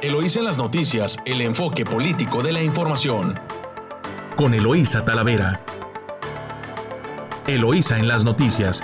Eloísa en las noticias, el enfoque político de la información. Con Eloísa Talavera. Eloísa en las noticias.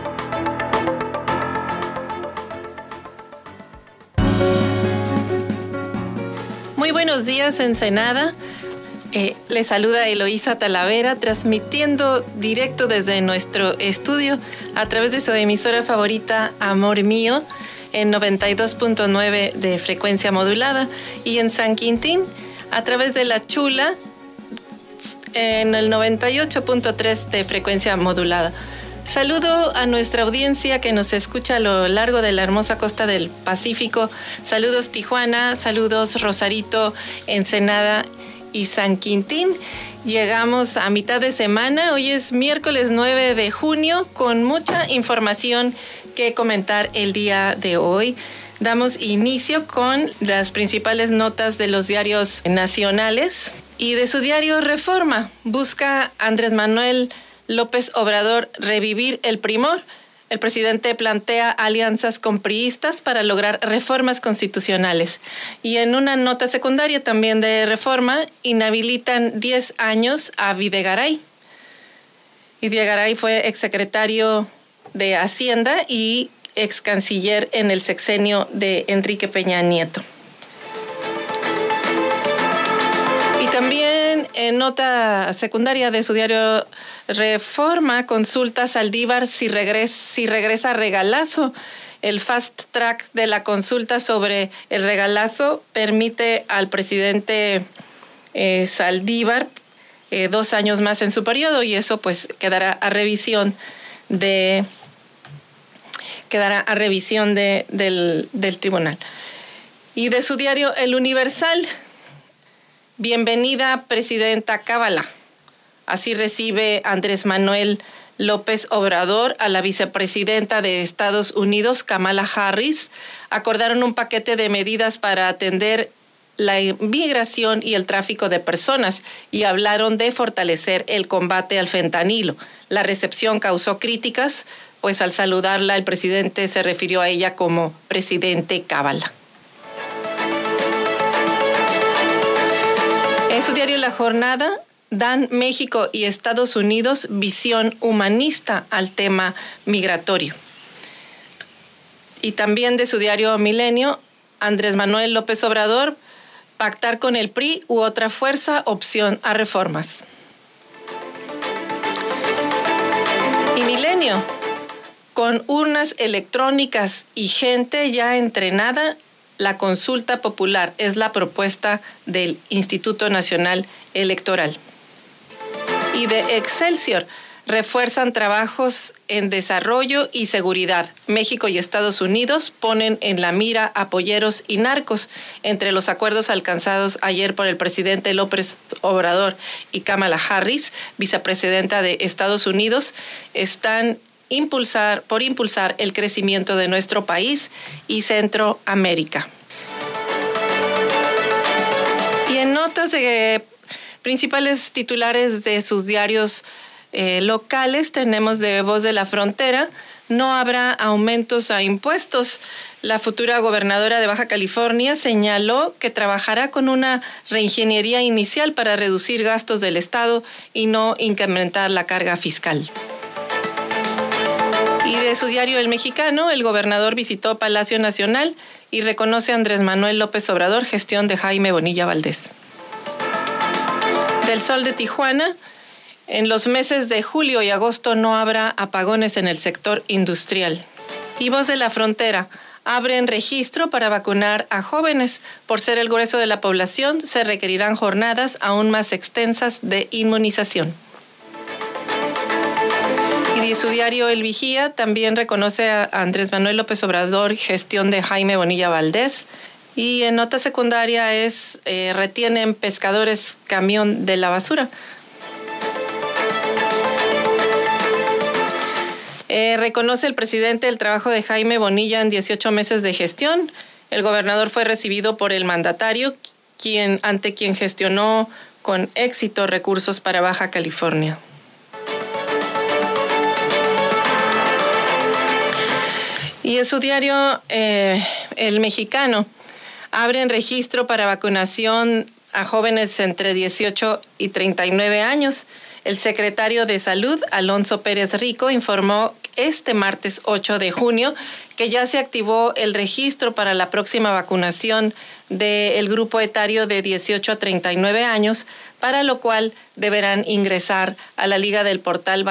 Muy buenos días, Ensenada. Les saluda Eloísa Talavera, transmitiendo directo desde nuestro estudio a través de su emisora favorita, Amor Mío, en 92.9 de frecuencia modulada, y en San Quintín a través de La Chula en el 98.3 de frecuencia modulada. Saludo a nuestra audiencia que nos escucha a lo largo de la hermosa costa del Pacífico. Saludos Tijuana, saludos Rosarito, Ensenada y San Quintín. Llegamos a mitad de semana. Hoy es miércoles 9 de junio con mucha información que comentar el día de hoy. Damos inicio con las principales notas de los diarios nacionales y de su diario Reforma. Busca Andrés Manuel López Obrador revivir el primor. El presidente plantea alianzas con priistas para lograr reformas constitucionales. Y en una nota secundaria también de Reforma, inhabilitan 10 años a Videgaray. Y Videgaray fue exsecretario de Hacienda y excanciller en el sexenio de Enrique Peña Nieto. Y también en nota secundaria de su diario Reforma, consulta Saldívar si regresa regalazo. El fast track de la consulta sobre el regalazo permite al presidente Saldívar 2 años más en su periodo, y eso pues quedará a revisión del tribunal. Y de su diario El Universal, bienvenida presidenta Cábala. Así recibe Andrés Manuel López Obrador a la vicepresidenta de Estados Unidos, Kamala Harris. Acordaron un paquete de medidas para atender la inmigración y el tráfico de personas y hablaron de fortalecer el combate al fentanilo. La recepción causó críticas, pues al saludarla el presidente se refirió a ella como presidente Cábala. En su diario La Jornada, dan México y Estados Unidos visión humanista al tema migratorio. Y también de su diario Milenio, Andrés Manuel López Obrador, pactar con el PRI u otra fuerza, opción a reformas. Y Milenio, con urnas electrónicas y gente ya entrenada, la consulta popular es la propuesta del Instituto Nacional Electoral. Y de Excelsior, refuerzan trabajos en desarrollo y seguridad. México y Estados Unidos ponen en la mira a polleros y narcos. Entre los acuerdos alcanzados ayer por el presidente López Obrador y Kamala Harris, vicepresidenta de Estados Unidos, están por impulsar el crecimiento de nuestro país y Centroamérica. Y en notas de principales titulares de sus diarios locales, tenemos de Voz de la Frontera: no habrá aumentos a impuestos. La futura gobernadora de Baja California señaló que trabajará con una reingeniería inicial para reducir gastos del Estado y no incrementar la carga fiscal. Y de su diario El Mexicano, el gobernador visitó Palacio Nacional y reconoce a Andrés Manuel López Obrador gestión de Jaime Bonilla Valdés. Del Sol de Tijuana, en los meses de julio y agosto no habrá apagones en el sector industrial. Y Voz de la Frontera, abren registro para vacunar a jóvenes. Por ser el grueso de la población, se requerirán jornadas aún más extensas de inmunización. Y de su diario El Vigía, también reconoce a Andrés Manuel López Obrador gestión de Jaime Bonilla Valdés. Y en nota secundaria retienen pescadores camión de la basura. Reconoce el presidente el trabajo de Jaime Bonilla en 18 meses de gestión. El gobernador fue recibido por el mandatario, ante quien gestionó con éxito recursos para Baja California. Y en su diario El Mexicano, Abren registro para vacunación a jóvenes entre 18 y 39 años. El secretario de Salud, Alonso Pérez Rico, informó este martes 8 de junio que ya se activó el registro para la próxima vacunación del grupo etario de 18 a 39 años, para lo cual deberán ingresar a la liga del portal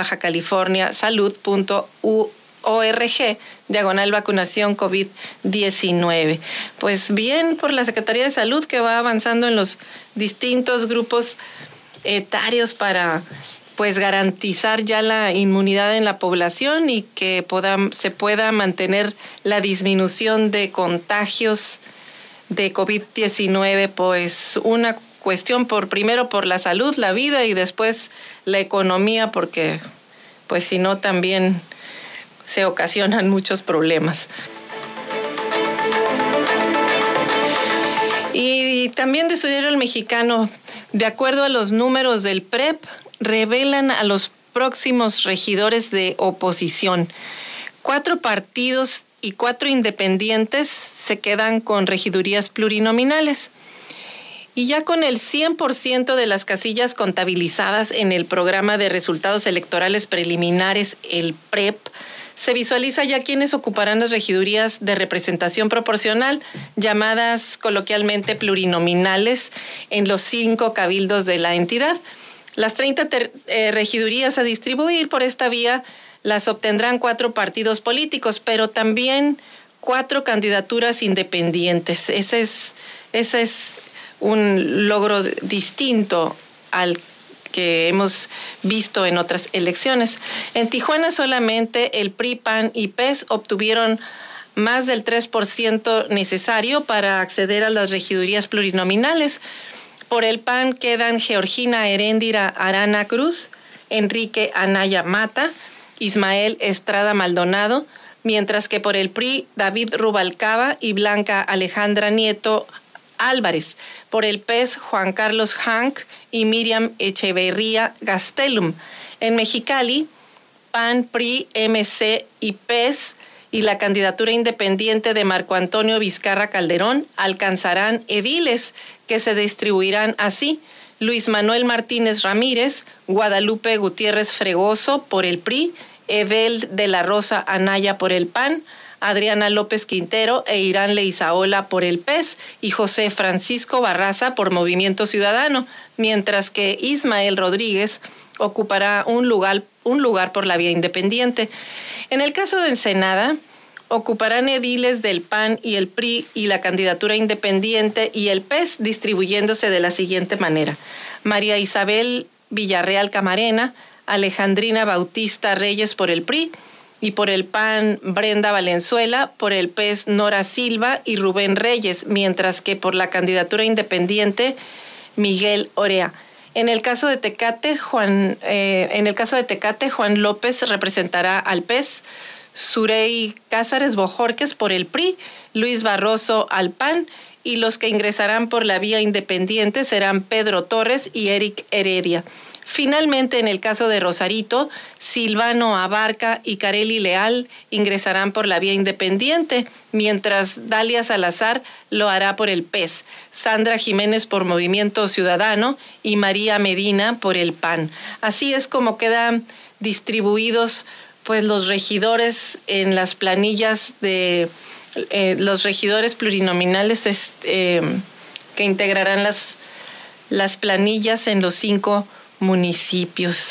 bajacaliforniasalud.org/vacunación COVID-19. Pues bien por la Secretaría de Salud, que va avanzando en los distintos grupos etarios para pues garantizar ya la inmunidad en la población y que se pueda mantener la disminución de contagios de COVID-19, pues una cuestión primero por la salud, la vida y después la economía, porque pues si no también se ocasionan muchos problemas. Y también de Estudiario El Mexicano, de acuerdo a los números del PREP, revelan a los próximos regidores de oposición. 4 partidos y 4 independientes se quedan con regidurías plurinominales. Y ya con el 100% de las casillas contabilizadas en el programa de resultados electorales preliminares, el PREP, se visualiza ya quiénes ocuparán las regidurías de representación proporcional, llamadas coloquialmente plurinominales, en los 5 cabildos de la entidad. Las 30 regidurías a distribuir por esta vía las obtendrán 4 partidos políticos, pero también 4 candidaturas independientes. Ese es un logro distinto al que hemos visto en otras elecciones. En Tijuana solamente el PRI, PAN y PES obtuvieron más del 3% necesario para acceder a las regidurías plurinominales. Por el PAN quedan Georgina Heréndira Arana Cruz, Enrique Anaya Mata, Ismael Estrada Maldonado, mientras que por el PRI David Rubalcaba y Blanca Alejandra Nieto Álvarez. Por el PES, Juan Carlos Hank y Miriam Echeverría Gastelum. En Mexicali, PAN, PRI, MC y PES y la candidatura independiente de Marco Antonio Vizcarra Calderón alcanzarán ediles que se distribuirán así: Luis Manuel Martínez Ramírez, Guadalupe Gutiérrez Fregoso por el PRI, Evel de la Rosa Anaya por el PAN, Adriana López Quintero e Irán Leizaola por el PES y José Francisco Barraza por Movimiento Ciudadano, mientras que Ismael Rodríguez ocupará un lugar por la vía independiente. En el caso de Ensenada, ocuparán ediles del PAN y el PRI y la candidatura independiente y el PES, distribuyéndose de la siguiente manera: María Isabel Villarreal Camarena, Alejandrina Bautista Reyes por el PRI, y por el PAN Brenda Valenzuela, por el PES Nora Silva y Rubén Reyes, mientras que por la candidatura independiente Miguel Orea. En el caso de Tecate, Juan López representará al PES, Surey Cázares Bojorques por el PRI, Luis Barroso al PAN, y los que ingresarán por la vía independiente serán Pedro Torres y Eric Heredia. Finalmente, en el caso de Rosarito, Silvano Abarca y Carely Leal ingresarán por la vía independiente, mientras Dalia Salazar lo hará por el PES, Sandra Jiménez por Movimiento Ciudadano y María Medina por el PAN. Así es como quedan distribuidos pues los regidores en las planillas de los regidores plurinominales que integrarán las planillas en los 5 municipios.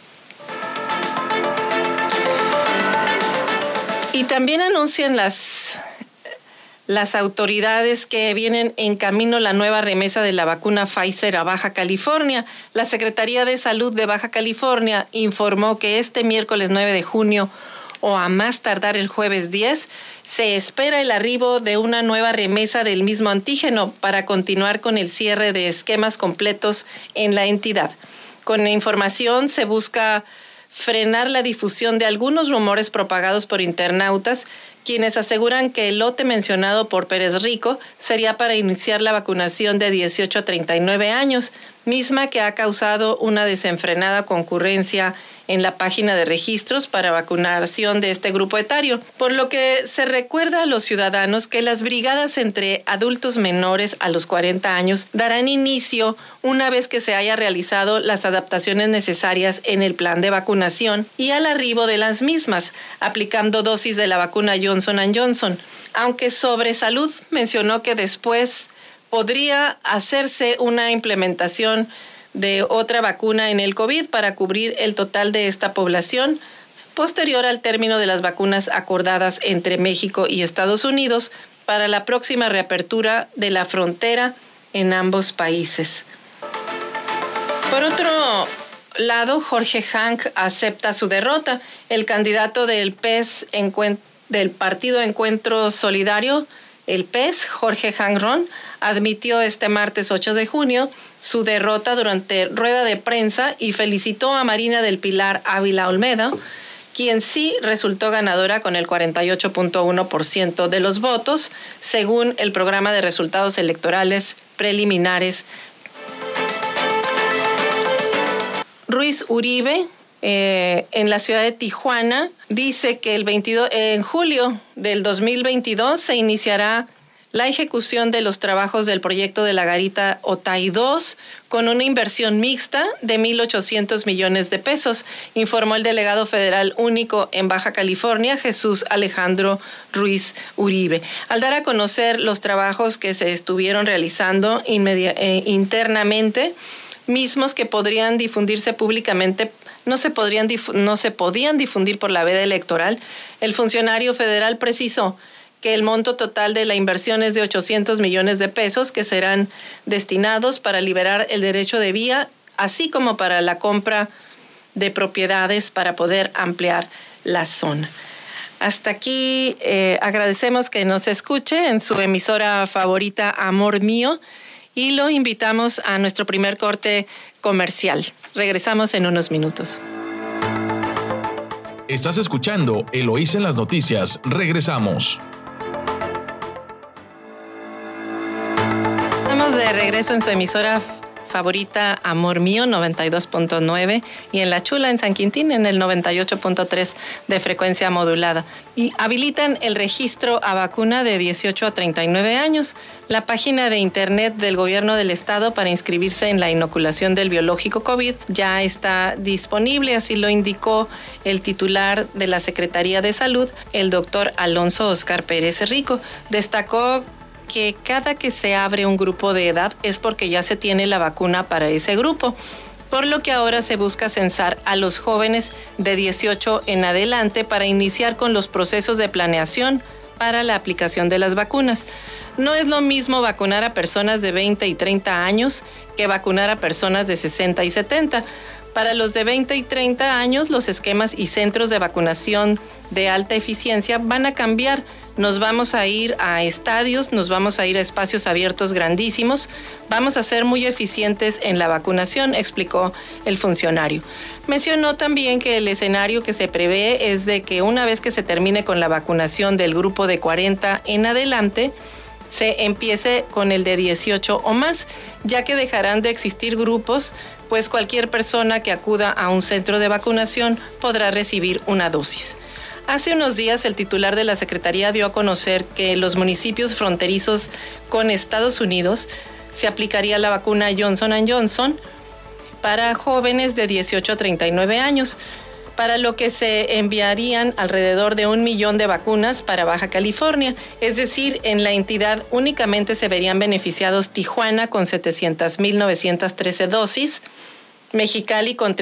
Y también anuncian las autoridades que vienen en camino la nueva remesa de la vacuna Pfizer a Baja California. La Secretaría de Salud de Baja California informó que este miércoles 9 de junio o a más tardar el jueves 10, se espera el arribo de una nueva remesa del mismo antígeno para continuar con el cierre de esquemas completos en la entidad. Con la información se busca frenar la difusión de algunos rumores propagados por internautas, quienes aseguran que el lote mencionado por Pérez Rico sería para iniciar la vacunación de 18 a 39 años, misma que ha causado una desenfrenada concurrencia en la página de registros para vacunación de este grupo etario, por lo que se recuerda a los ciudadanos que las brigadas entre adultos menores a los 40 años darán inicio una vez que se haya realizado las adaptaciones necesarias en el plan de vacunación y al arribo de las mismas, aplicando dosis de la vacuna Johnson & Johnson, aunque sobre salud mencionó que después podría hacerse una implementación de otra vacuna en el COVID para cubrir el total de esta población, posterior al término de las vacunas acordadas entre México y Estados Unidos para la próxima reapertura de la frontera en ambos países. Por otro lado, Jorge Hank acepta su derrota. El candidato del PES, del Partido Encuentro Solidario, el PES, Jorge Hank Ron, admitió este martes 8 de junio su derrota durante rueda de prensa y felicitó a Marina del Pilar Ávila Olmedo, quien sí resultó ganadora con el 48.1% de los votos, según el programa de resultados electorales preliminares. Ruiz Uribe, en la ciudad de Tijuana, dice que en julio del 2022 se iniciará la ejecución de los trabajos del proyecto de la garita Otay 2 con una inversión mixta de 1,800 millones de pesos, informó el delegado federal único en Baja California, Jesús Alejandro Ruiz Uribe. Al dar a conocer los trabajos que se estuvieron realizando internamente, mismos que podrían difundirse públicamente, no se podían difundir por la veda electoral, el funcionario federal precisó que el monto total de la inversión es de 800 millones de pesos que serán destinados para liberar el derecho de vía, así como para la compra de propiedades para poder ampliar la zona. Hasta aquí agradecemos que nos escuche en su emisora favorita Amor Mío y lo invitamos a nuestro primer corte comercial. Regresamos en unos minutos. Estás escuchando Eloísa en las noticias. Regresamos. De regreso en su emisora favorita Amor Mío 92.9 y en La Chula en San Quintín en el 98.3 de frecuencia modulada. Y habilitan el registro a vacuna de 18 a 39 años. La página de internet del gobierno del estado para inscribirse en la inoculación del biológico COVID ya está disponible, así lo indicó el titular de la Secretaría de Salud, el doctor Alonso Oscar Pérez Rico. Destacó que cada que se abre un grupo de edad es porque ya se tiene la vacuna para ese grupo, por lo que ahora se busca censar a los jóvenes de 18 en adelante para iniciar con los procesos de planeación para la aplicación de las vacunas. No es lo mismo vacunar a personas de 20 y 30 años que vacunar a personas de 60 y 70. Para los de 20 y 30 años, los esquemas y centros de vacunación de alta eficiencia van a cambiar. Nos vamos a ir a estadios, nos vamos a ir a espacios abiertos grandísimos, vamos a ser muy eficientes en la vacunación, explicó el funcionario. Mencionó también que el escenario que se prevé es de que una vez que se termine con la vacunación del grupo de 40 en adelante, se empiece con el de 18 o más, ya que dejarán de existir grupos, pues cualquier persona que acuda a un centro de vacunación podrá recibir una dosis. Hace unos días, el titular de la Secretaría dio a conocer que en los municipios fronterizos con Estados Unidos se aplicaría la vacuna Johnson & Johnson para jóvenes de 18 a 39 años, para lo que se enviarían alrededor de 1 millón de vacunas para Baja California. Es decir, en la entidad únicamente se verían beneficiados Tijuana con 700,913 dosis, Mexicali con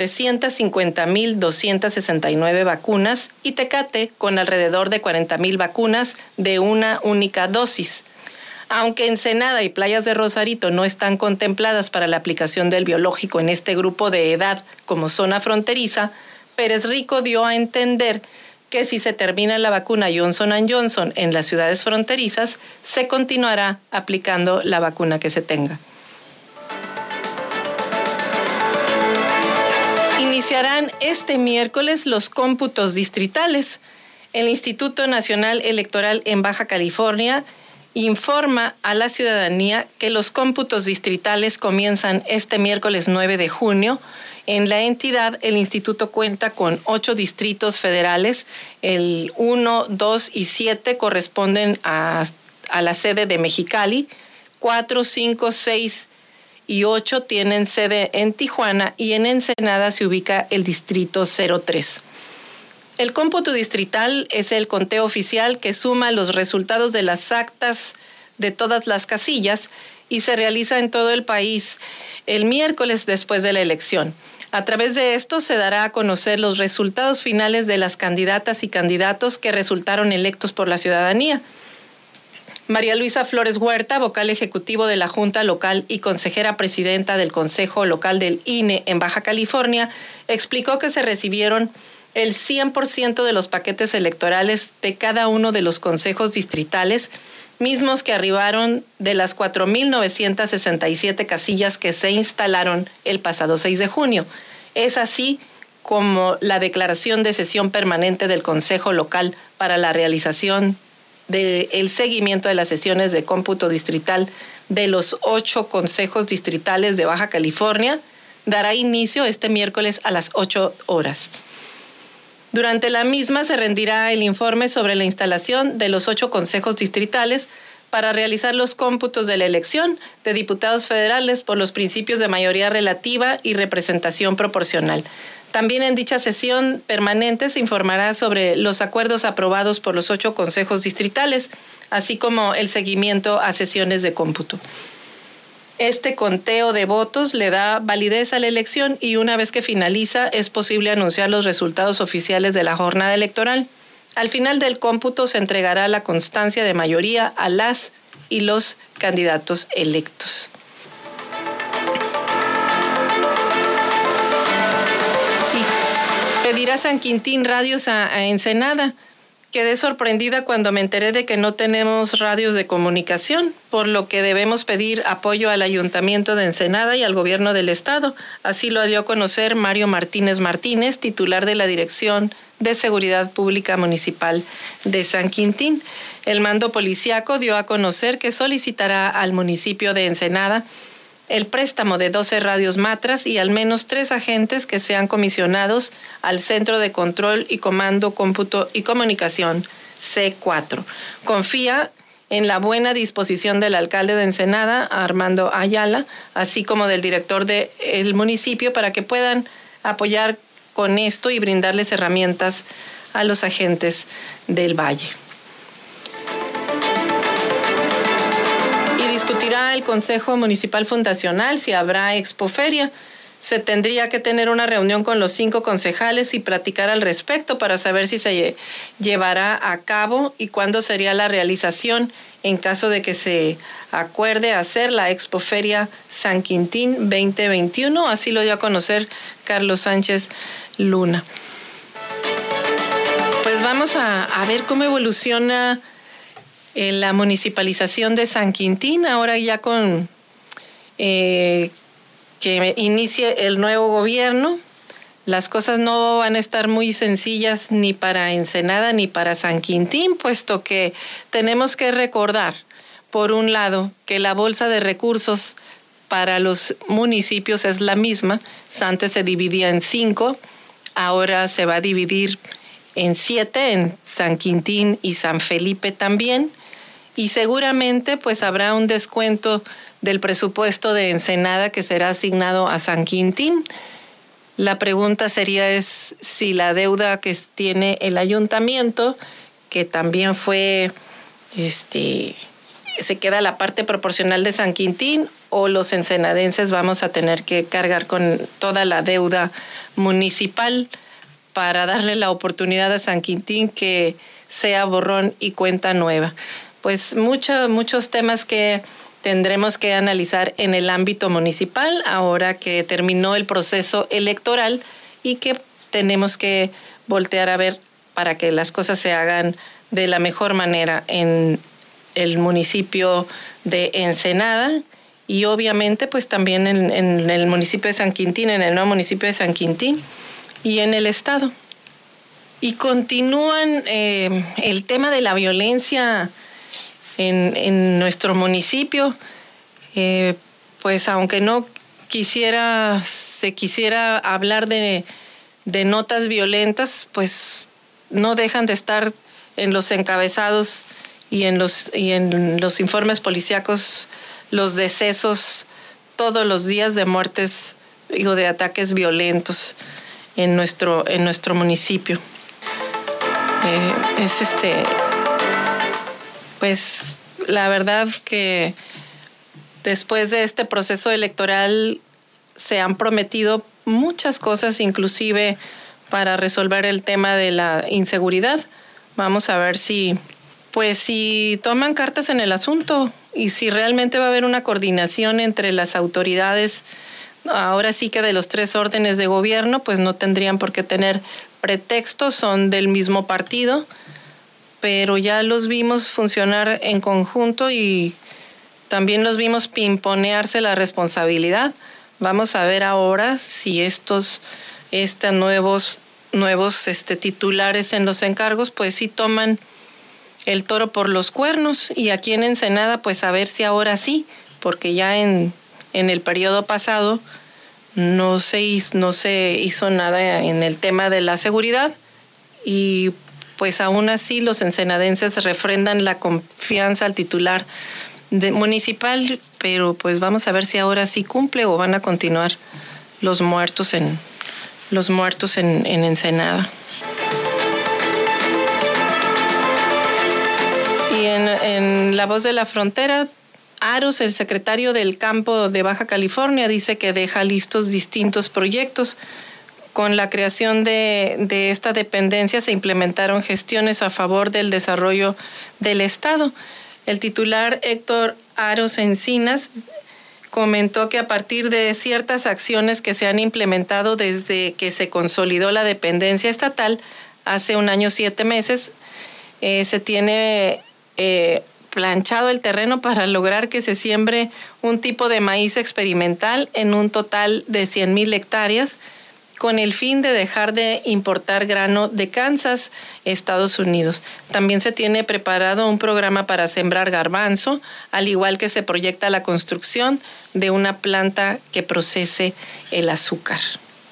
350,269 vacunas y Tecate con alrededor de 40,000 vacunas de una única dosis. Aunque Ensenada y Playas de Rosarito no están contempladas para la aplicación del biológico en este grupo de edad como zona fronteriza, Pérez Rico dio a entender que si se termina la vacuna Johnson & Johnson en las ciudades fronterizas, se continuará aplicando la vacuna que se tenga. Iniciarán este miércoles los cómputos distritales. El Instituto Nacional Electoral en Baja California informa a la ciudadanía que los cómputos distritales comienzan este miércoles 9 de junio. En la entidad, el instituto cuenta con 8 distritos federales. El 1, 2 y 7 corresponden a la sede de Mexicali. 4, 5, 6 y 8 tienen sede en Tijuana, y en Ensenada se ubica el distrito 03. El cómputo distrital es el conteo oficial que suma los resultados de las actas de todas las casillas y se realiza en todo el país el miércoles después de la elección. A través de esto se dará a conocer los resultados finales de las candidatas y candidatos que resultaron electos por la ciudadanía. María Luisa Flores Huerta, vocal ejecutivo de la Junta Local y consejera presidenta del Consejo Local del INE en Baja California, explicó que se recibieron el 100% de los paquetes electorales de cada uno de los consejos distritales, mismos que arribaron de las 4,967 casillas que se instalaron el pasado 6 de junio. Es así como la declaración de sesión permanente del Consejo Local para la realización del seguimiento de las sesiones de cómputo distrital de los 8 consejos distritales de Baja California dará inicio este miércoles a las 8 horas. Durante la misma se rendirá el informe sobre la instalación de los 8 consejos distritales para realizar los cómputos de la elección de diputados federales por los principios de mayoría relativa y representación proporcional. También en dicha sesión permanente se informará sobre los acuerdos aprobados por los 8 consejos distritales, así como el seguimiento a sesiones de cómputo. Este conteo de votos le da validez a la elección y una vez que finaliza es posible anunciar los resultados oficiales de la jornada electoral. Al final del cómputo se entregará la constancia de mayoría a las y los candidatos electos. Y pedirá San Quintín radios a Ensenada. Quedé sorprendida cuando me enteré de que no tenemos radios de comunicación, por lo que debemos pedir apoyo al Ayuntamiento de Ensenada y al Gobierno del Estado. Así lo dio a conocer Mario Martínez Martínez, titular de la Dirección de Seguridad Pública Municipal de San Quintín. El mando policíaco dio a conocer que solicitará al municipio de Ensenada el préstamo de 12 radios Matras y al menos 3 agentes que sean comisionados al Centro de Control y Comando, Cómputo y Comunicación C4. Confía en la buena disposición del alcalde de Ensenada, Armando Ayala, así como del director del municipio para que puedan apoyar con esto y brindarles herramientas a los agentes del Valle. Discutirá el Consejo Municipal Fundacional si habrá expoferia. Se tendría que tener una reunión con los 5 concejales y platicar al respecto para saber si se llevará a cabo y cuándo sería la realización en caso de que se acuerde hacer la expoferia San Quintín 2021. Así lo dio a conocer Carlos Sánchez Luna. Pues vamos a ver cómo evoluciona la municipalización de San Quintín, ahora ya con que inicie el nuevo gobierno. Las cosas no van a estar muy sencillas ni para Ensenada ni para San Quintín, puesto que tenemos que recordar, por un lado, que la bolsa de recursos para los municipios es la misma. Antes se dividía en 5, ahora se va a dividir en 7, en San Quintín y San Felipe también. Y seguramente pues habrá un descuento del presupuesto de Ensenada que será asignado a San Quintín. La pregunta sería es si la deuda que tiene el ayuntamiento, que también fue, se queda la parte proporcional de San Quintín, o los ensenadenses vamos a tener que cargar con toda la deuda municipal para darle la oportunidad a San Quintín que sea borrón y cuenta nueva. Pues muchos temas que tendremos que analizar en el ámbito municipal ahora que terminó el proceso electoral y que tenemos que voltear a ver para que las cosas se hagan de la mejor manera en el municipio de Ensenada y obviamente pues también en el municipio de San Quintín, en el nuevo municipio de San Quintín y en el estado. Y continúan el tema de la violencia en nuestro municipio. Pues aunque no se quisiera hablar de notas violentas, pues no dejan de estar en los encabezados y en los informes policíacos los decesos todos los días de muertes o de ataques violentos en nuestro municipio. Pues la verdad que después de este proceso electoral se han prometido muchas cosas, inclusive para resolver el tema de la inseguridad. Vamos a ver si toman cartas en el asunto y si realmente va a haber una coordinación entre las autoridades. Ahora sí que de los 3 órdenes de gobierno, pues no tendrían por qué tener pretextos, son del mismo partido, pero ya los vimos funcionar en conjunto y también los vimos pimponearse la responsabilidad. Vamos a ver ahora si estos nuevos titulares en los encargos, pues sí toman el toro por los cuernos. Y aquí en Ensenada, pues a ver si ahora sí, porque ya en el periodo pasado no se hizo nada en el tema de la seguridad y pues aún así los ensenadenses refrendan la confianza al titular municipal, pero pues vamos a ver si ahora sí cumple o van a continuar los muertos en Ensenada. Y en La Voz de la Frontera, Aros, el secretario del campo de Baja California, dice que deja listos distintos proyectos. Con la creación de esta dependencia se implementaron gestiones a favor del desarrollo del Estado. El titular Héctor Aros Encinas comentó que a partir de ciertas acciones que se han implementado desde que se consolidó la dependencia estatal hace 1 año 7 meses, se tiene planchado el terreno para lograr que se siembre un tipo de maíz experimental en un total de 100,000 hectáreas con el fin de dejar de importar grano de Kansas, Estados Unidos. También se tiene preparado un programa para sembrar garbanzo, al igual que se proyecta la construcción de una planta que procese el azúcar.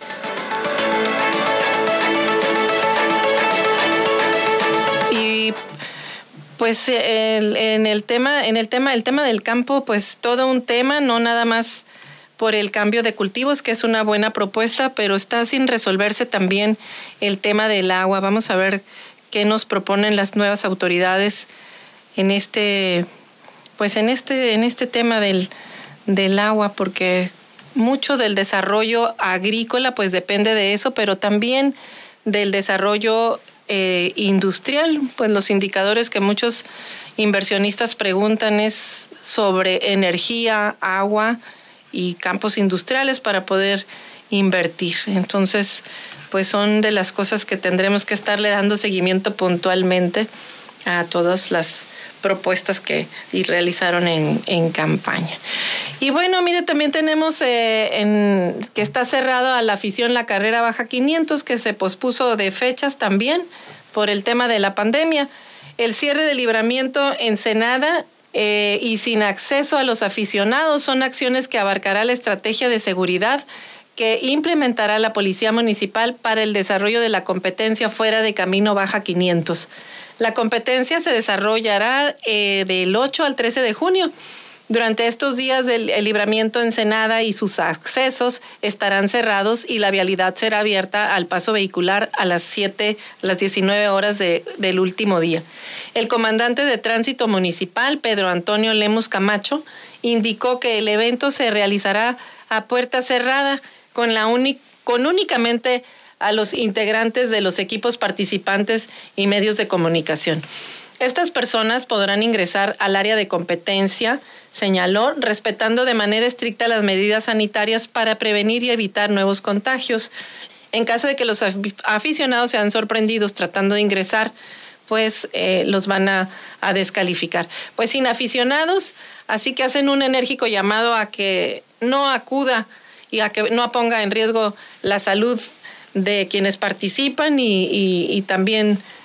Y pues el tema del campo, pues todo un tema, no nada más por el cambio de cultivos, que es una buena propuesta, pero está sin resolverse también el tema del agua. Vamos a ver qué nos proponen las nuevas autoridades en este tema del agua, porque mucho del desarrollo agrícola pues depende de eso, pero también del desarrollo industrial. Pues los indicadores que muchos inversionistas preguntan es sobre energía, agua y campos industriales para poder invertir. Entonces, pues son de las cosas que tendremos que estarle dando seguimiento puntualmente a todas las propuestas que realizaron en campaña. Y bueno, mire, también tenemos que está cerrado a la afición la carrera Baja 500, que se pospuso de fechas también por el tema de la pandemia. El cierre de Libramiento Ensenada y sin acceso a los aficionados son acciones que abarcará la estrategia de seguridad que implementará la Policía Municipal para el desarrollo de la competencia fuera de Camino Baja 500. La competencia se desarrollará del 8 al 13 de junio. Durante estos días el Libramiento Ensenada y sus accesos estarán cerrados y la vialidad será abierta al paso vehicular a las 19 horas del último día. El comandante de Tránsito Municipal, Pedro Antonio Lemus Camacho, indicó que el evento se realizará a puerta cerrada con únicamente a los integrantes de los equipos participantes y medios de comunicación. Estas personas podrán ingresar al área de competencia, señaló, respetando de manera estricta las medidas sanitarias para prevenir y evitar nuevos contagios. En caso de que los aficionados sean sorprendidos tratando de ingresar, pues los van a descalificar. Pues sin aficionados, así que hacen un enérgico llamado a que no acuda y a que no ponga en riesgo la salud de quienes participan y también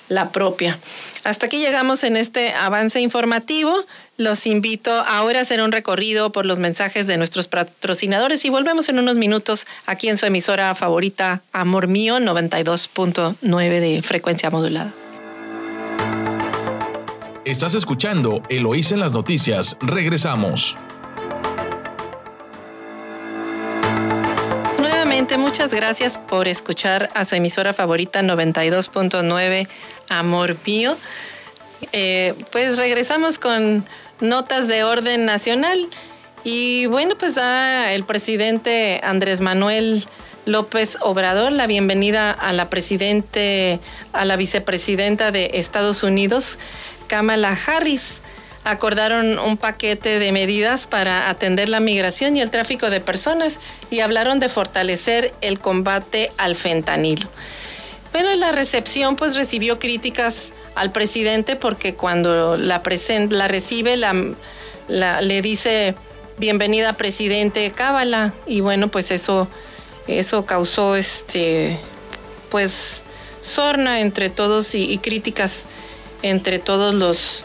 la propia. Hasta aquí llegamos en este avance informativo. Los invito ahora a hacer un recorrido por los mensajes de nuestros patrocinadores y volvemos en unos minutos aquí en su emisora favorita, Amor Mío, 92.9 de frecuencia modulada. Estás escuchando Eloísa en las noticias. Regresamos. Nuevamente, muchas gracias por escuchar a su emisora favorita 92.9 Amor Mío. Pues regresamos con notas de orden nacional y bueno, pues da el presidente Andrés Manuel López Obrador la bienvenida a la vicepresidenta de Estados Unidos, Kamala Harris. Acordaron un paquete de medidas para atender la migración y el tráfico de personas y hablaron de fortalecer el combate al fentanilo. Bueno, la recepción pues recibió críticas al presidente porque cuando la recibe le dice bienvenida presidente Kamala y bueno, pues eso causó pues sorna entre todos y críticas entre todos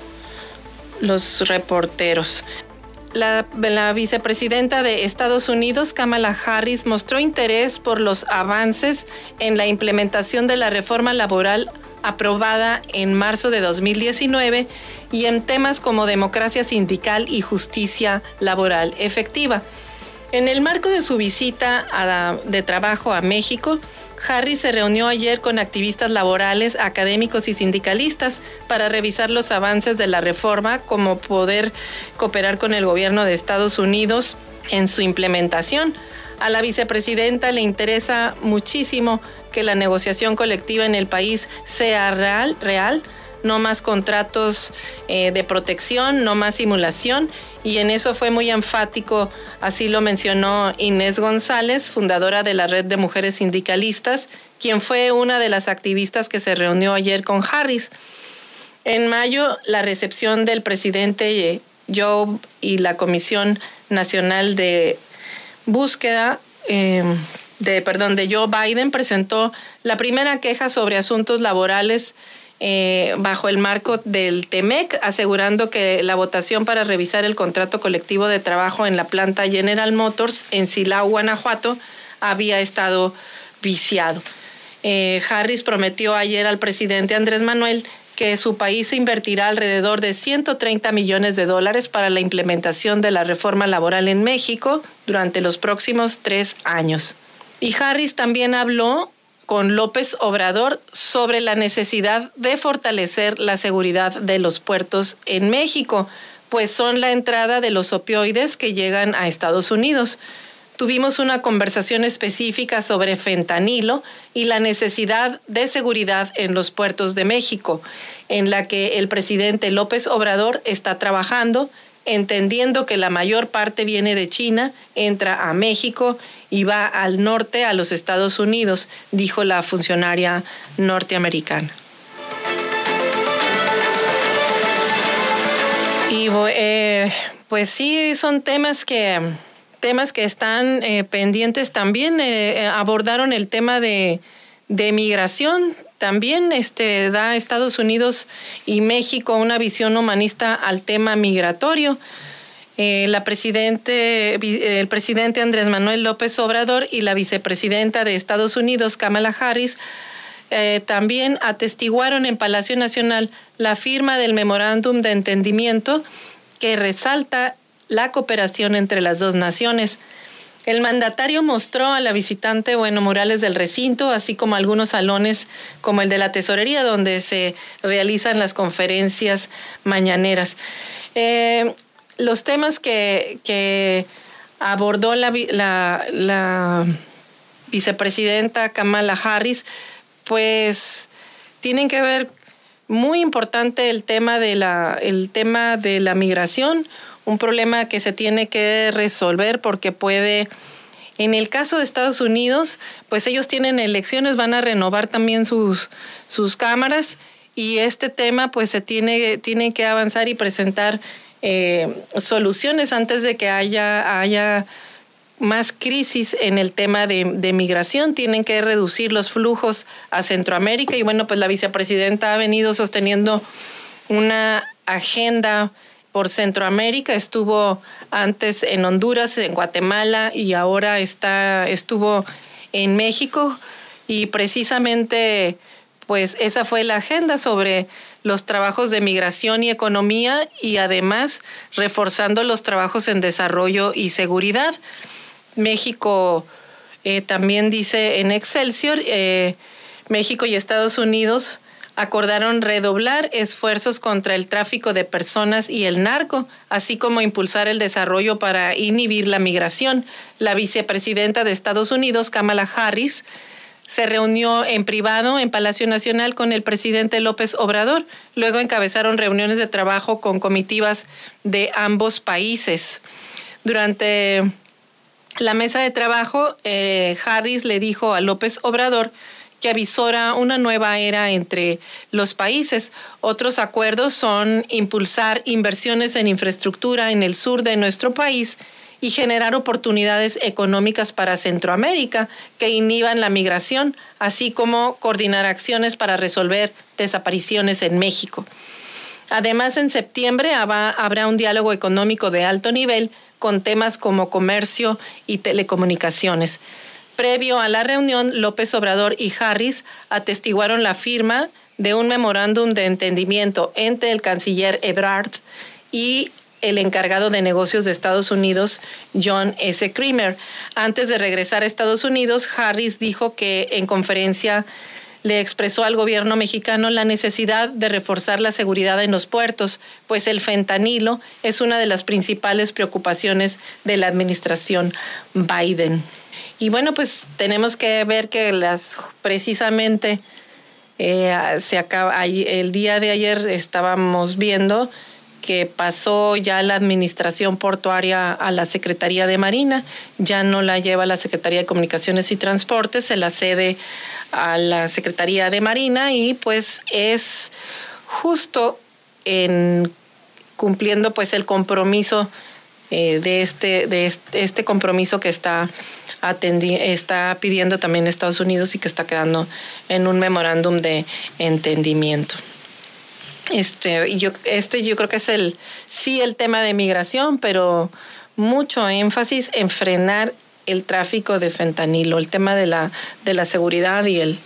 los reporteros. La vicepresidenta de Estados Unidos, Kamala Harris, mostró interés por los avances en la implementación de la reforma laboral aprobada en marzo de 2019 y en temas como democracia sindical y justicia laboral efectiva. En el marco de su visita de trabajo a México, Harris se reunió ayer con activistas laborales, académicos y sindicalistas para revisar los avances de la reforma, como poder cooperar con el gobierno de Estados Unidos en su implementación. A la vicepresidenta le interesa muchísimo que la negociación colectiva en el país sea real, no más contratos de protección, no más simulación, y en eso fue muy enfático, así lo mencionó Inés González, fundadora de la Red de Mujeres Sindicalistas, quien fue una de las activistas que se reunió ayer con Harris. En mayo, la recepción del presidente Joe y la Comisión Nacional de Búsqueda de Joe Biden presentó la primera queja sobre asuntos laborales bajo el marco del TEMEC, asegurando que la votación para revisar el contrato colectivo de trabajo en la planta General Motors en Silao, Guanajuato, había estado viciado. Harris prometió ayer al presidente Andrés Manuel que su país invertirá alrededor de $130 millones para la implementación de la reforma laboral en México durante los próximos 3 años. Y Harris también habló con López Obrador sobre la necesidad de fortalecer la seguridad de los puertos en México, pues son la entrada de los opioides que llegan a Estados Unidos. Tuvimos una conversación específica sobre fentanilo y la necesidad de seguridad en los puertos de México, en la que el presidente López Obrador está trabajando, entendiendo que la mayor parte viene de China, entra a México y va al norte, a los Estados Unidos, dijo la funcionaria norteamericana. Y pues sí, son temas que están pendientes también. Abordaron el tema de migración. También da Estados Unidos y México una visión humanista al tema migratorio. El presidente Andrés Manuel López Obrador y la vicepresidenta de Estados Unidos, Kamala Harris, también atestiguaron en Palacio Nacional la firma del memorándum de entendimiento que resalta la cooperación entre las dos naciones. El mandatario mostró a la visitante murales del recinto, así como algunos salones como el de la tesorería, donde se realizan las conferencias mañaneras. Los temas que abordó la vicepresidenta Kamala Harris, pues tienen que ver muy importante el tema de la migración, un problema que se tiene que resolver porque en el caso de Estados Unidos, pues ellos tienen elecciones, van a renovar también sus cámaras y este tema pues se tiene que avanzar y presentar soluciones antes de que haya más crisis en el tema de migración, tienen que reducir los flujos a Centroamérica y bueno, pues la vicepresidenta ha venido sosteniendo una agenda por Centroamérica, estuvo antes en Honduras, en Guatemala y ahora estuvo en México y precisamente pues esa fue la agenda sobre los trabajos de migración y economía y además reforzando los trabajos en desarrollo y seguridad. México también dice en Excelsior, México y Estados Unidos acordaron redoblar esfuerzos contra el tráfico de personas y el narco, así como impulsar el desarrollo para inhibir la migración. La vicepresidenta de Estados Unidos, Kamala Harris, se reunió en privado en Palacio Nacional con el presidente López Obrador. Luego encabezaron reuniones de trabajo con comitivas de ambos países. Durante la mesa de trabajo, Harris le dijo a López Obrador que avisora una nueva era entre los países. Otros acuerdos son impulsar inversiones en infraestructura en el sur de nuestro país y generar oportunidades económicas para Centroamérica que inhiban la migración, así como coordinar acciones para resolver desapariciones en México. Además, en septiembre habrá un diálogo económico de alto nivel con temas como comercio y telecomunicaciones. Previo a la reunión, López Obrador y Harris atestiguaron la firma de un memorándum de entendimiento entre el canciller Ebrard y el encargado de negocios de Estados Unidos, John S. Creamer. Antes de regresar a Estados Unidos, Harris dijo que en conferencia le expresó al gobierno mexicano la necesidad de reforzar la seguridad en los puertos, pues el fentanilo es una de las principales preocupaciones de la administración Biden. Y bueno, pues tenemos que ver que precisamente el día de ayer estábamos viendo que pasó ya la administración portuaria a la Secretaría de Marina, ya no la lleva la Secretaría de Comunicaciones y Transportes, se la cede a la Secretaría de Marina y pues es justo cumpliendo pues el compromiso de este compromiso que está pidiendo también Estados Unidos y que está quedando en un memorándum de entendimiento. Yo creo que es el tema de migración, pero mucho énfasis en frenar el tráfico de fentanilo. El tema de la seguridad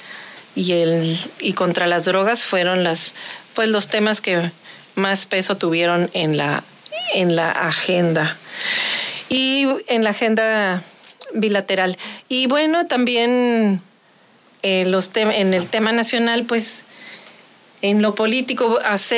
y contra las drogas fueron los temas que más peso tuvieron en la agenda y en la agenda bilateral. Y bueno, también en el tema nacional, pues en lo político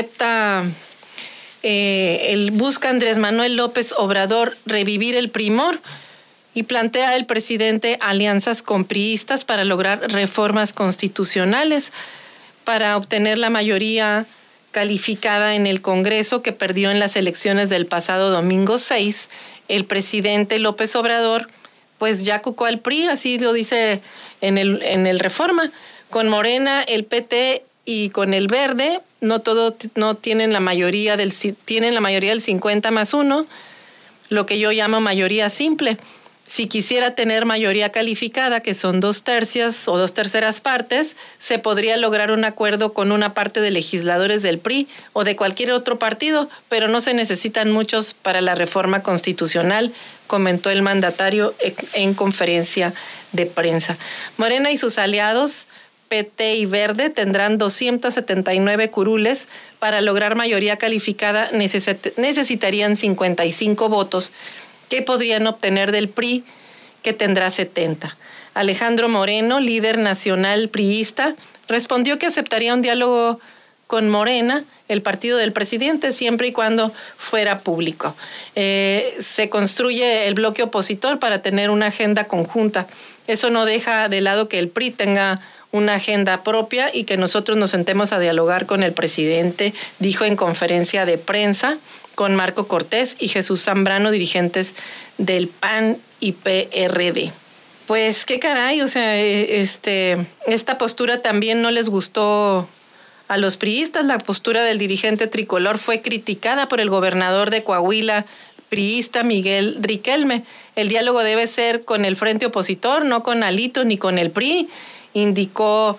busca Andrés Manuel López Obrador revivir el primor y plantea el presidente alianzas con priistas para lograr reformas constitucionales para obtener la mayoría calificada en el Congreso que perdió en las elecciones del pasado domingo 6. El presidente López Obrador pues ya cucó al PRI, así lo dice en el Reforma. Con Morena, el PT y con el Verde no tienen la mayoría tienen la mayoría del 50+1, lo que yo llamo mayoría simple. Si quisiera tener mayoría calificada, que son 2/3 o 2/3 partes, se podría lograr un acuerdo con una parte de legisladores del PRI o de cualquier otro partido, pero no se necesitan muchos para la reforma constitucional, comentó el mandatario en conferencia de prensa. Morena y sus aliados, PT y Verde, tendrán 279 curules. Para lograr mayoría calificada necesitarían 55 votos que podrían obtener del PRI, que tendrá 70. Alejandro Moreno, líder nacional priista, respondió que aceptaría un diálogo con Morena, el partido del presidente, siempre y cuando fuera público. Se construye el bloque opositor para tener una agenda conjunta. Eso no deja de lado que el PRI tenga una agenda propia y que nosotros nos sentemos a dialogar con el presidente, dijo en conferencia de prensa con Marco Cortés y Jesús Zambrano, dirigentes del PAN y PRD. Pues qué caray, o sea, esta postura también no les gustó a los priistas. La postura del dirigente tricolor fue criticada por el gobernador de Coahuila, priista Miguel Riquelme. El diálogo debe ser con el frente opositor, no con Alito ni con el PRI, indicó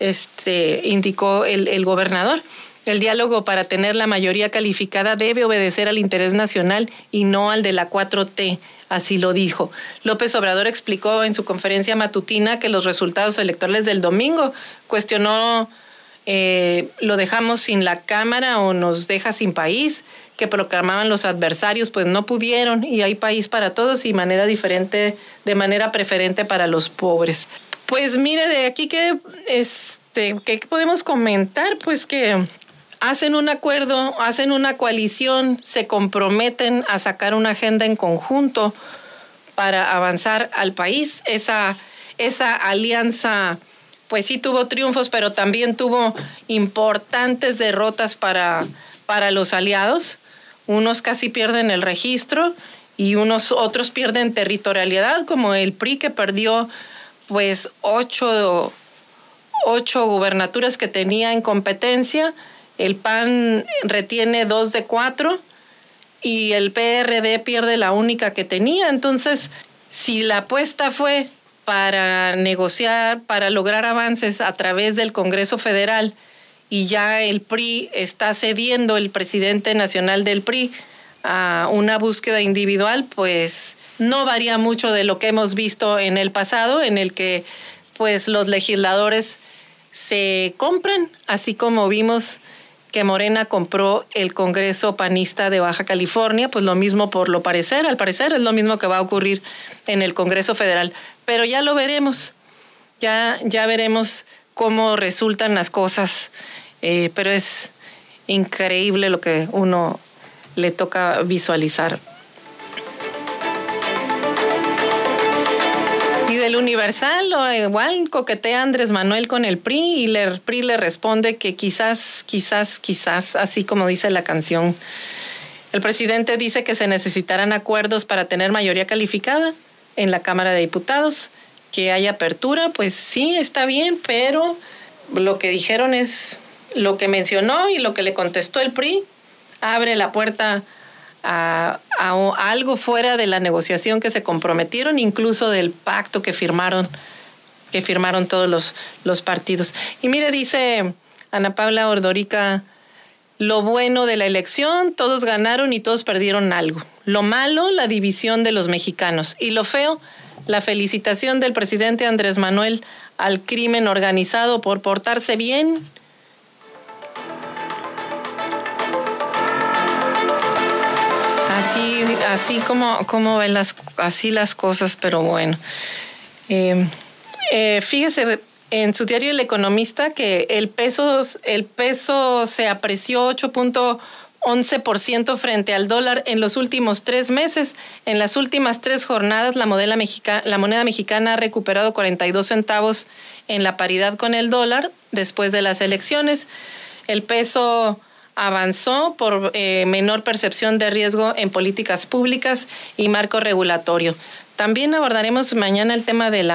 el gobernador. El diálogo para tener la mayoría calificada debe obedecer al interés nacional y no al de la 4T, así lo dijo. López Obrador explicó en su conferencia matutina que los resultados electorales del domingo cuestionó, lo dejamos sin la Cámara o nos deja sin país, que proclamaban los adversarios, pues no pudieron, y hay país para todos y de manera preferente para los pobres. Pues mire, de aquí ¿qué podemos comentar? Pues que hacen un acuerdo, hacen una coalición, se comprometen a sacar una agenda en conjunto para avanzar al país. Esa alianza, pues sí tuvo triunfos, pero también tuvo importantes derrotas para los aliados. Unos casi pierden el registro y otros pierden territorialidad, como el PRI, que perdió pues 8 gubernaturas que tenía en competencia. El PAN retiene 2 de 4 y el PRD pierde la única que tenía. Entonces, si la apuesta fue para negociar, para lograr avances a través del Congreso Federal, y ya el PRI está cediendo, el presidente nacional del PRI, a una búsqueda individual, pues no varía mucho de lo que hemos visto en el pasado, en el que pues los legisladores se compran, así como vimos que Morena compró el Congreso panista de Baja California, pues lo mismo al parecer es lo mismo que va a ocurrir en el Congreso Federal. Pero ya lo veremos, ya veremos cómo resultan las cosas, pero es increíble lo que uno le toca visualizar. Y del Universal, igual coquetea Andrés Manuel con el PRI y el PRI le responde que quizás, así como dice la canción. El presidente dice que se necesitarán acuerdos para tener mayoría calificada en la Cámara de Diputados, que haya apertura, pues sí, está bien, pero lo que dijeron es lo que mencionó y lo que le contestó el PRI, abre la puerta a algo fuera de la negociación que se comprometieron, incluso del pacto que firmaron todos los partidos. Y mire, dice Ana Paula Ordorica, lo bueno de la elección, todos ganaron y todos perdieron algo. Lo malo, la división de los mexicanos. Y lo feo, la felicitación del presidente Andrés Manuel al crimen organizado por portarse bien. Así como ven las cosas, pero bueno. Fíjese en su diario El Economista que el peso se apreció 8.11% frente al dólar en los últimos 3 meses. En las últimas 3 jornadas, la moneda mexicana ha recuperado 42 centavos en la paridad con el dólar después de las elecciones. El peso avanzó por menor percepción de riesgo en políticas públicas y marco regulatorio. También abordaremos mañana el tema de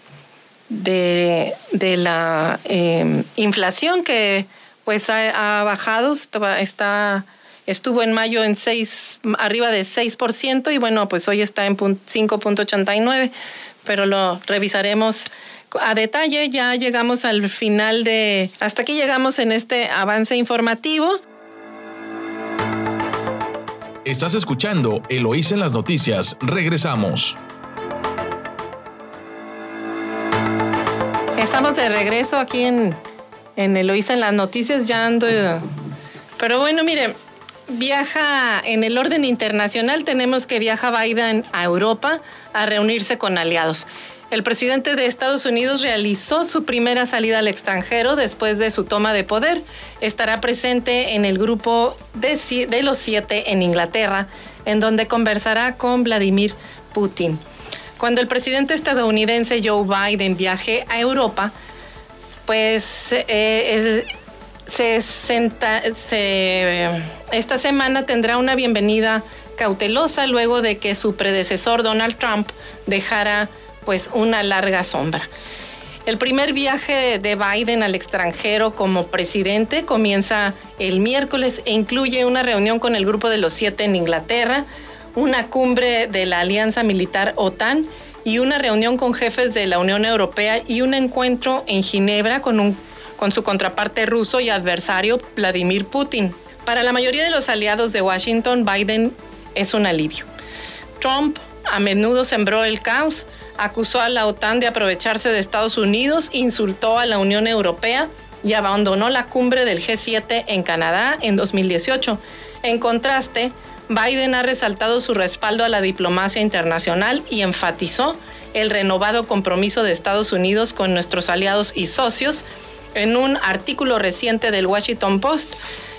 la inflación, que pues ha bajado, estuvo en mayo en arriba de 6%, y bueno, pues hoy está en 5.89, pero lo revisaremos a detalle. Ya llegamos al final hasta aquí llegamos en este avance informativo. Estás escuchando Eloísa en las noticias. Regresamos. Estamos de regreso aquí en Eloísa en las noticias. Ya ando. Pero bueno, mire, viaja en el orden internacional. Tenemos que viaja Biden a Europa a reunirse con aliados. El presidente de Estados Unidos realizó su primera salida al extranjero después de su toma de poder. Estará presente en el grupo de los 7 en Inglaterra, en donde conversará con Vladimir Putin. Cuando el presidente estadounidense Joe Biden viaje a Europa, pues esta semana tendrá una bienvenida cautelosa luego de que su predecesor Donald Trump dejara pues una larga sombra. El primer viaje de Biden al extranjero como presidente comienza el miércoles e incluye una reunión con el grupo de los 7 en Inglaterra, una cumbre de la Alianza Militar OTAN y una reunión con jefes de la Unión Europea y un encuentro en Ginebra con su contraparte ruso y adversario Vladimir Putin. Para la mayoría de los aliados de Washington, Biden es un alivio. Trump a menudo sembró el caos, acusó a la OTAN de aprovecharse de Estados Unidos, insultó a la Unión Europea y abandonó la cumbre del G7 en Canadá en 2018. En contraste, Biden ha resaltado su respaldo a la diplomacia internacional y enfatizó el renovado compromiso de Estados Unidos con nuestros aliados y socios. En un artículo reciente del Washington Post,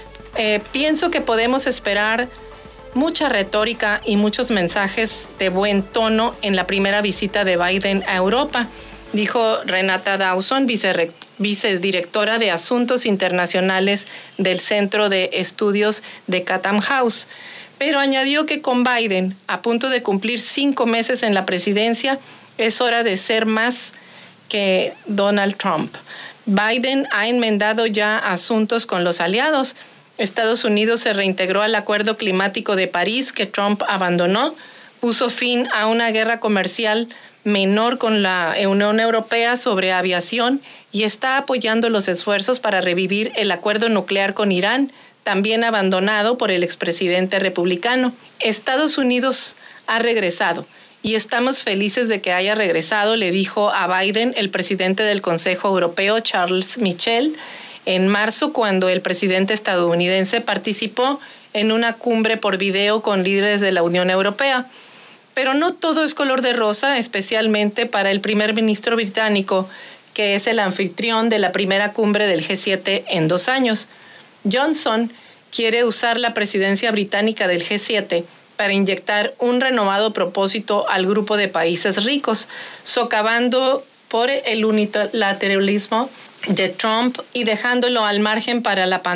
pienso que podemos esperar mucha retórica y muchos mensajes de buen tono en la primera visita de Biden a Europa, dijo Renata Dawson, vicedirectora de Asuntos Internacionales del Centro de Estudios de Chatham House. Pero añadió que con Biden, a punto de cumplir 5 meses en la presidencia, es hora de ser más que Donald Trump. Biden ha enmendado ya asuntos con los aliados. Estados Unidos se reintegró al Acuerdo Climático de París que Trump abandonó, puso fin a una guerra comercial menor con la Unión Europea sobre aviación y está apoyando los esfuerzos para revivir el acuerdo nuclear con Irán, también abandonado por el expresidente republicano. Estados Unidos ha regresado y estamos felices de que haya regresado, le dijo a Biden el presidente del Consejo Europeo, Charles Michel, en marzo, cuando el presidente estadounidense participó en una cumbre por video con líderes de la Unión Europea. Pero no todo es color de rosa, especialmente para el primer ministro británico, que es el anfitrión de la primera cumbre del G7 en 2 años. Johnson quiere usar la presidencia británica del G7 para inyectar un renovado propósito al grupo de países ricos, socavando por el unilateralismo de Trump y dejándolo al margen por la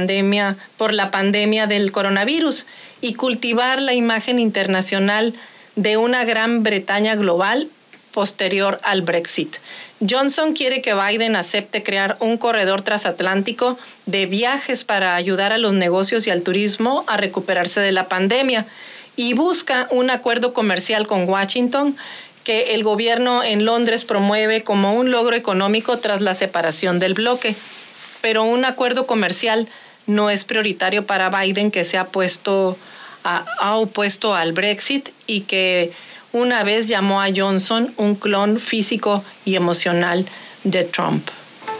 pandemia del coronavirus, y cultivar la imagen internacional de una Gran Bretaña global posterior al Brexit. Johnson quiere que Biden acepte crear un corredor transatlántico de viajes para ayudar a los negocios y al turismo a recuperarse de la pandemia, y busca un acuerdo comercial con Washington que el gobierno en Londres promueve como un logro económico tras la separación del bloque. Pero un acuerdo comercial no es prioritario para Biden, que se ha opuesto al Brexit y que una vez llamó a Johnson un clon físico y emocional de Trump.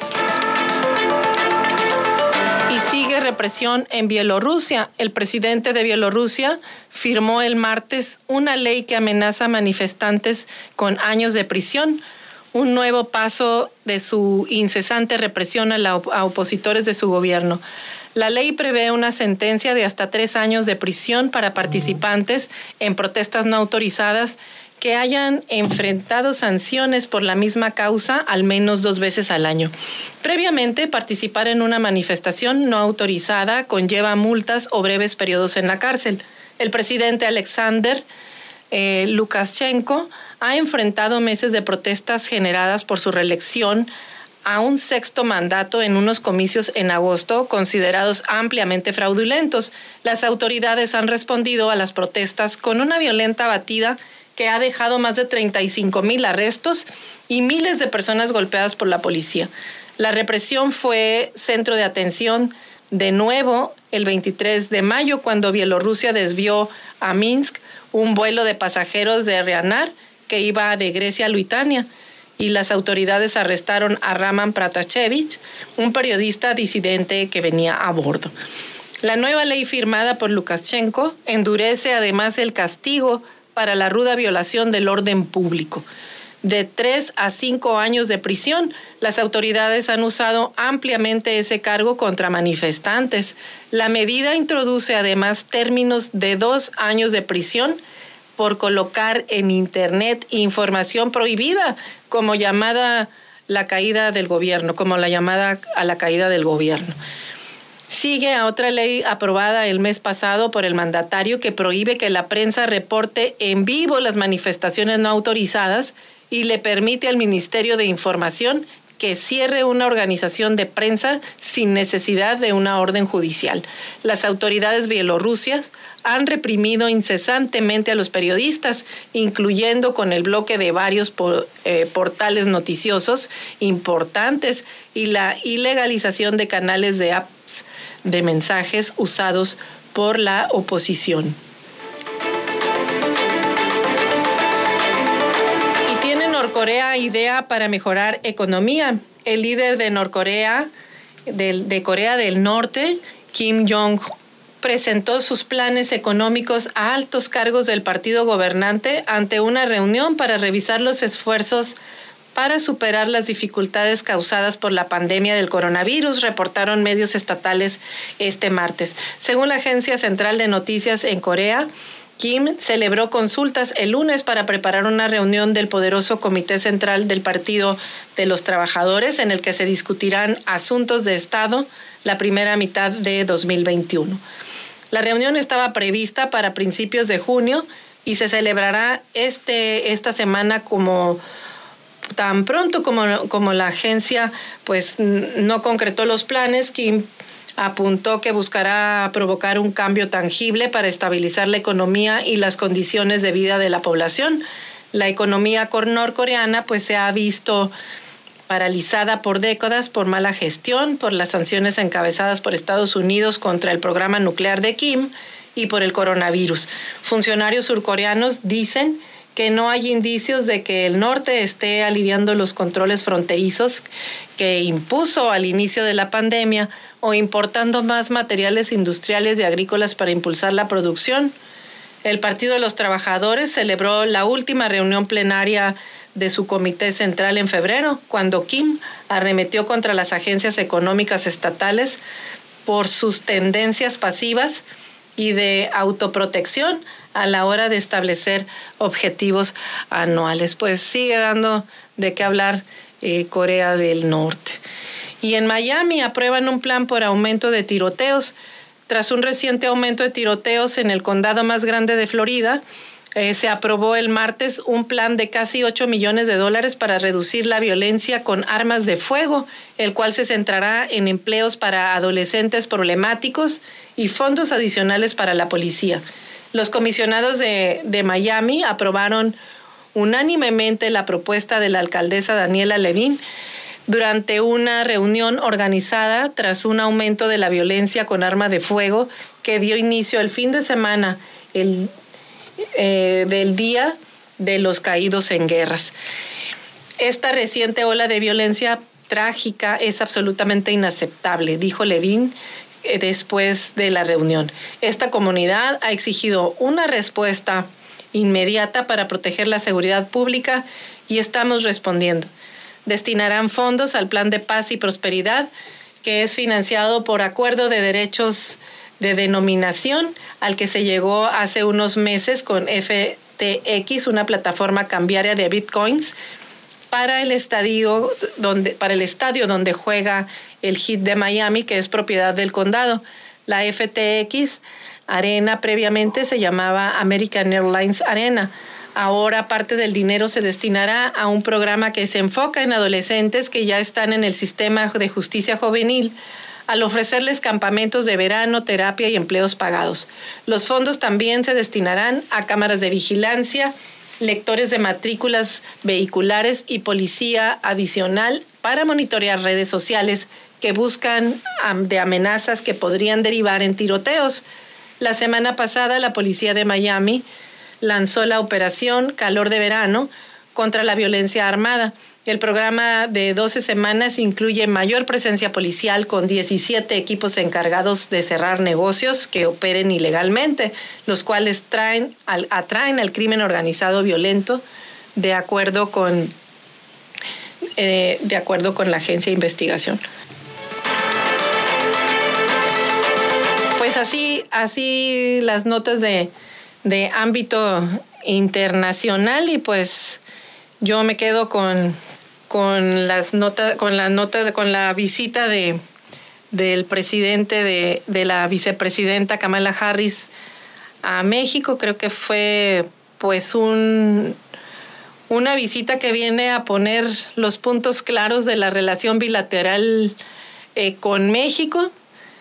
Y sigue represión en Bielorrusia. El presidente de Bielorrusia firmó el martes una ley que amenaza a manifestantes con años de prisión, un nuevo paso de su incesante represión a opositores de su gobierno. La ley prevé una sentencia de hasta 3 años de prisión para participantes en protestas no autorizadas que hayan enfrentado sanciones por la misma causa al menos 2 veces al año. Previamente, participar en una manifestación no autorizada conlleva multas o breves periodos en la cárcel. El presidente Alexander Lukashenko ha enfrentado meses de protestas generadas por su reelección a un 6º mandato en unos comicios en agosto considerados ampliamente fraudulentos. Las autoridades han respondido a las protestas con una violenta batida que ha dejado más de 35,000 arrestos y miles de personas golpeadas por la policía. La represión fue centro de atención de nuevo el 23 de mayo, cuando Bielorrusia desvió a Minsk un vuelo de pasajeros de Ryanair que iba de Grecia a Lituania, y las autoridades arrestaron a Raman Pratasevich, un periodista disidente que venía a bordo. La nueva ley firmada por Lukashenko endurece además el castigo para la ruda violación del orden público. De 3 a 5 años de prisión, las autoridades han usado ampliamente ese cargo contra manifestantes. La medida introduce además términos de 2 años de prisión por colocar en Internet información prohibida, como llamada la caída del gobierno, como la llamada a la caída del gobierno. Sigue a otra ley aprobada el mes pasado por el mandatario que prohíbe que la prensa reporte en vivo las manifestaciones no autorizadas y le permite al Ministerio de Información que cierre una organización de prensa sin necesidad de una orden judicial. Las autoridades bielorrusias han reprimido incesantemente a los periodistas, incluyendo con el bloque de varios portales noticiosos importantes y la ilegalización de canales de apps de mensajes usados por la oposición. Norcorea idea para mejorar economía. El líder de Norcorea, de Corea del Norte, Kim Jong-un, presentó sus planes económicos a altos cargos del partido gobernante ante una reunión para revisar los esfuerzos para superar las dificultades causadas por la pandemia del coronavirus, reportaron medios estatales este martes. Según la Agencia Central de Noticias en Corea, Kim celebró consultas el lunes para preparar una reunión del poderoso Comité Central del Partido de los Trabajadores en el que se discutirán asuntos de Estado la primera mitad de 2021. La reunión estaba prevista para principios de junio y se celebrará esta semana tan pronto como la agencia pues no concretó los planes. Kim apuntó que buscará provocar un cambio tangible para estabilizar la economía y las condiciones de vida de la población. La economía norcoreana pues se ha visto paralizada por décadas por mala gestión, por las sanciones encabezadas por Estados Unidos contra el programa nuclear de Kim y por el coronavirus. Funcionarios surcoreanos dicen que no hay indicios de que el norte esté aliviando los controles fronterizos que impuso al inicio de la pandemia o importando más materiales industriales y agrícolas para impulsar la producción. El Partido de los Trabajadores celebró la última reunión plenaria de su comité central en febrero, cuando Kim arremetió contra las agencias económicas estatales por sus tendencias pasivas y de autoprotección a la hora de establecer objetivos anuales. Pues sigue dando de qué hablar Corea del Norte. Y en Miami aprueban un plan por aumento de tiroteos. Tras un reciente aumento de tiroteos en el condado más grande de Florida, se aprobó el martes un plan de casi $8 millones para reducir la violencia con armas de fuego, el cual se centrará en empleos para adolescentes problemáticos y fondos adicionales para la policía. Los comisionados de Miami aprobaron unánimemente la propuesta de la alcaldesa Daniela Levin durante una reunión organizada tras un aumento de la violencia con arma de fuego que dio inicio el fin de semana del Día de los Caídos en Guerras. Esta reciente ola de violencia trágica es absolutamente inaceptable, dijo Levin después de la reunión. Esta comunidad ha exigido una respuesta inmediata para proteger la seguridad pública y estamos respondiendo. Destinarán fondos al Plan de Paz y Prosperidad, que es financiado por Acuerdo de Derechos de Denominación, al que se llegó hace unos meses con FTX, una plataforma cambiaria de bitcoins, para el estadio donde juega el Heat de Miami, que es propiedad del condado. La FTX Arena previamente se llamaba American Airlines Arena. Ahora parte del dinero se destinará a un programa que se enfoca en adolescentes que ya están en el sistema de justicia juvenil, al ofrecerles campamentos de verano, terapia y empleos pagados. Los fondos también se destinarán a cámaras de vigilancia, lectores de matrículas vehiculares y policía adicional para monitorear redes sociales que buscan de amenazas que podrían derivar en tiroteos. La semana pasada, la policía de Miami lanzó la operación Calor de Verano contra la violencia armada. El programa de 12 semanas incluye mayor presencia policial con 17 equipos encargados de cerrar negocios que operen ilegalmente, los cuales atraen al crimen organizado violento, de acuerdo con la agencia de investigación. Pues así las notas de ámbito internacional, y pues yo me quedo con la visita del presidente de la vicepresidenta Kamala Harris a México. Creo que fue pues un una visita que viene a poner los puntos claros de la relación bilateral con México.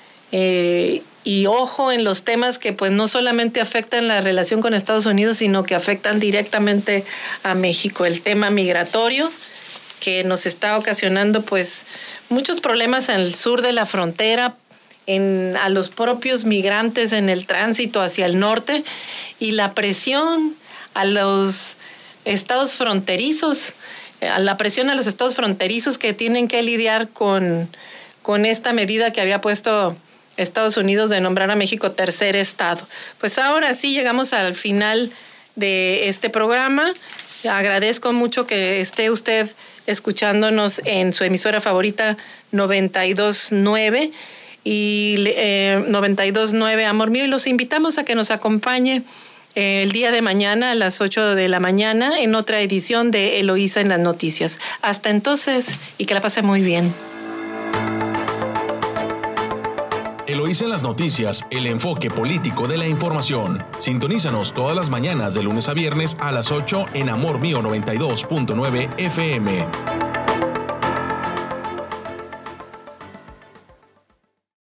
Y ojo en los temas que pues no solamente afectan la relación con Estados Unidos, sino que afectan directamente a México. El tema migratorio, que nos está ocasionando pues muchos problemas en el sur de la frontera, a los propios migrantes en el tránsito hacia el norte, y la presión a los estados fronterizos, que tienen que lidiar con esta medida que había puesto Estados Unidos de nombrar a México tercer estado. Pues ahora sí llegamos al final de este programa. Agradezco mucho que esté usted escuchándonos en su emisora favorita 92.9 y 92.9 Amor Mío, y los invitamos a que nos acompañe el día de mañana a las 8 de la mañana en otra edición de Eloísa en las Noticias. Hasta entonces, y que la pase muy bien. Eloísa en las Noticias, el enfoque político de la información. Sintonízanos todas las mañanas de lunes a viernes a las 8 en Amor Mío 92.9 FM.